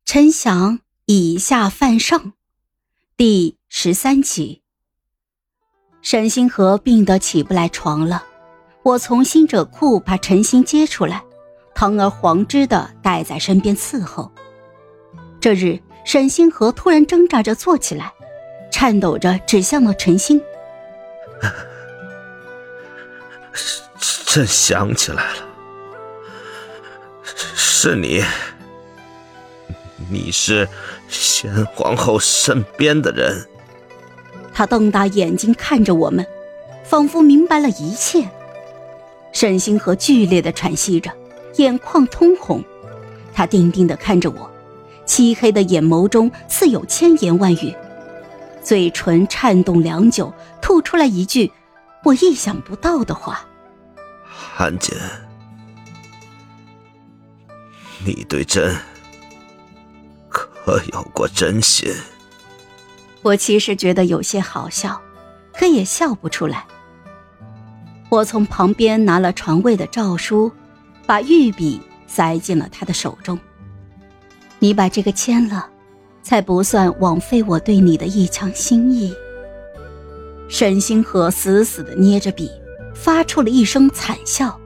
臣想以下犯上。第13集。沈星河病得起不来床了，我从新者库把陈星接出来，堂而皇之地带在身边伺候。这日，沈星河突然挣扎着坐起来，颤抖着指向了陈星。 朕想起来了，是你。你是先皇后身边的人。 他瞪大眼睛看着我们，仿佛明白了一切。沈星河剧烈地喘息着，眼眶通红。他定定地看着我，漆黑的眼眸中似有千言万语，嘴唇颤动良久，吐出来一句我意想不到的话： 韩瑾，你对朕可有过真心？ 我其实觉得有些好笑，可也笑不出来。我从旁边拿了传位的诏书，把御笔塞进了他的手中。你把这个签了，才不算枉费我对你的一腔心意。沈星河死死地捏着笔，发出了一声惨笑。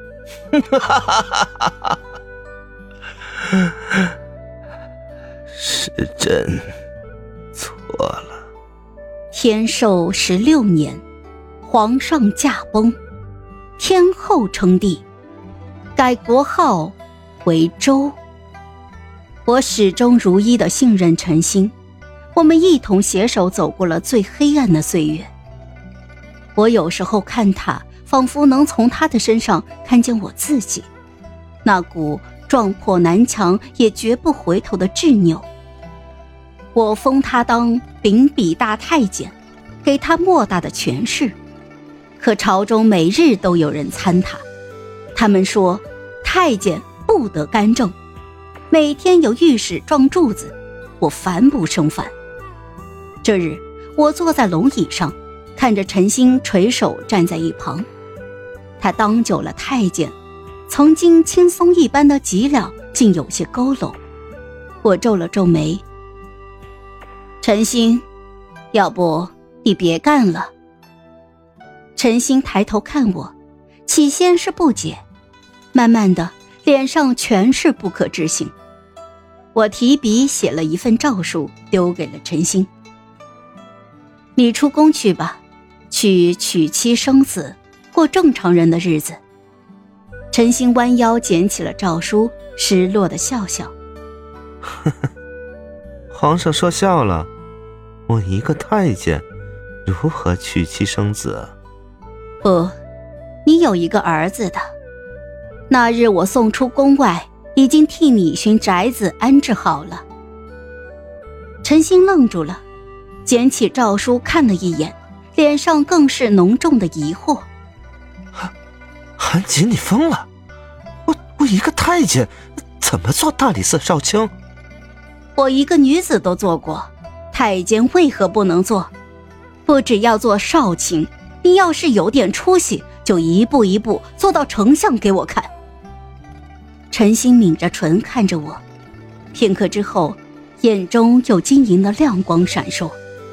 是朕错了。 天寿16年，皇上驾崩，天后称帝，改国号为周。我始终如一地信任陈星，我们一同携手走过了最黑暗的岁月。我有时候看他，仿佛能从他的身上看见我自己，那股撞破南墙也绝不回头的执拗。我封他当秉笔大太监，给他莫大的权势，可朝中每日都有人参他，他们说太监不得干政，每天有御史撞柱子，我烦不胜烦。这日我坐在龙椅上，看着陈星垂手站在一旁，他当久了太监，曾经轻松一般的脊梁竟有些佝偻。我皱了皱眉：陈星，要不你别干了。陈星抬头看我，起先是不解，慢慢的脸上全是不可置信。我提笔写了一份诏书丢给了陈星：你出宫去吧，去娶妻生子，过正常人的日子。陈星弯腰捡起了诏书，失落的笑笑。 皇上说笑了，我一个太监如何娶妻生子？ 不，你有一个儿子的。那日我送出宫外，已经替你寻宅子安置好了。陈星愣住了，捡起诏书看了一眼，脸上更是浓重的疑惑。 韩瑾，你疯了！我一个太监怎么做大理寺少卿？ 我一个女子都做过，太监为何不能做？不只要做少卿，你要是有点出息，就一步一步做到丞相给我看。陈星抿着唇看着我，片刻之后，眼中有晶莹的亮光闪烁。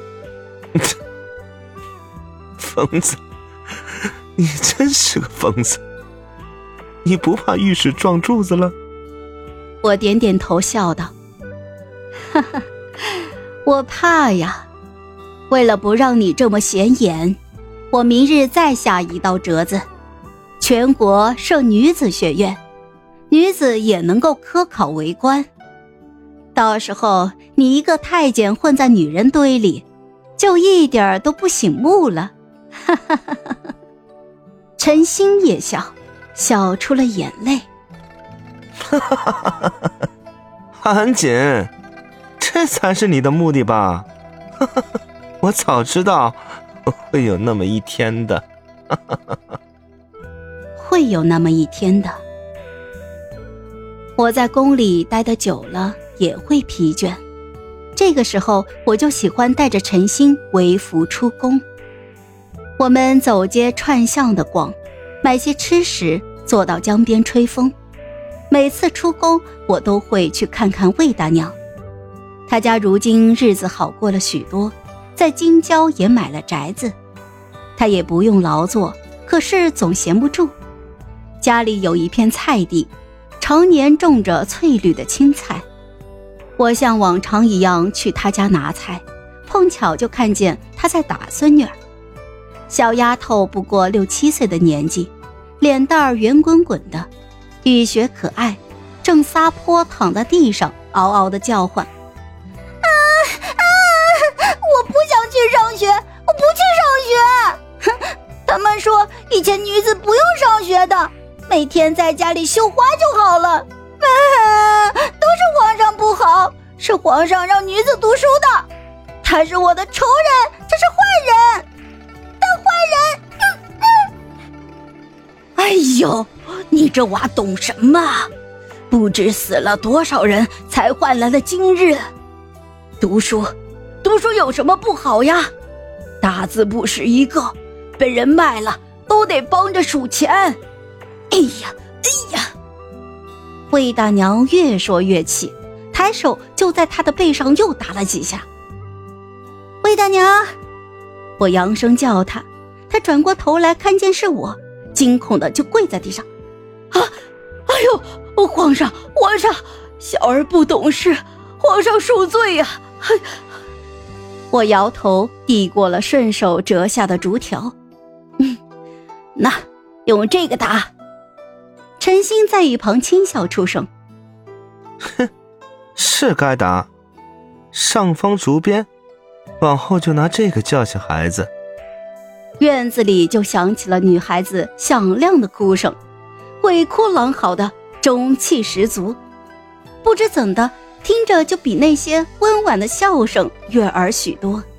疯子，你真是个疯子！你不怕御史撞柱子了？ 我点点头笑道：哈哈，我怕呀。为了不让你这么显眼，我明日再下一道折子，全国设女子学院，女子也能够科考为官。到时候你一个太监混在女人堆里，就一点都不醒目了。哈哈哈哈。陈星也笑，笑出了眼泪。 哈哈哈哈。韩瑾，这才是你的目的吧？哈哈，我早知道会有那么一天的。哈哈哈哈。 会有那么一天的。我在宫里待得久了也会疲倦，这个时候我就喜欢带着陈星微服出宫。我们走街串巷的逛，买些吃食，坐到江边吹风。每次出宫，我都会去看看魏大娘， 他家如今日子好过了许多，在京郊也买了宅子。他也不用劳作，可是总闲不住。家里有一片菜地，常年种着翠绿的青菜。我像往常一样去他家拿菜，碰巧就看见他在打孙女儿。小丫头不过6、7岁的年纪，脸蛋儿圆滚滚的，雨雪可爱，正撒泼躺在地上嗷嗷地叫唤。 我不想去上学，我不去上学。哼，他们说以前女子不用上学的，每天在家里绣花就好了。都是皇上不好，是皇上让女子读书的。他是我的仇人，这是坏人，大坏人。 哎呦，你这娃懂什么？不知死了多少人才换来了今日。读书有什么不好呀？大字不识一个，被人卖了都得帮着数钱。哎呀！魏大娘越说越气，抬手就在他的背上又打了几下。魏大娘，我扬声叫他，他转过头来看见是我，惊恐的就跪在地上。哎呦，皇上，小儿不懂事，皇上恕罪呀！我摇头递过了顺手折下的竹条。那用这个打。陈星在一旁轻笑出声。 哼，是该打。上方竹鞭，往后就拿这个教训孩子。 院子里就响起了女孩子响亮的哭声，鬼哭狼嚎的，中气十足。不知怎的，听着就比那些温婉的笑声悦耳许多。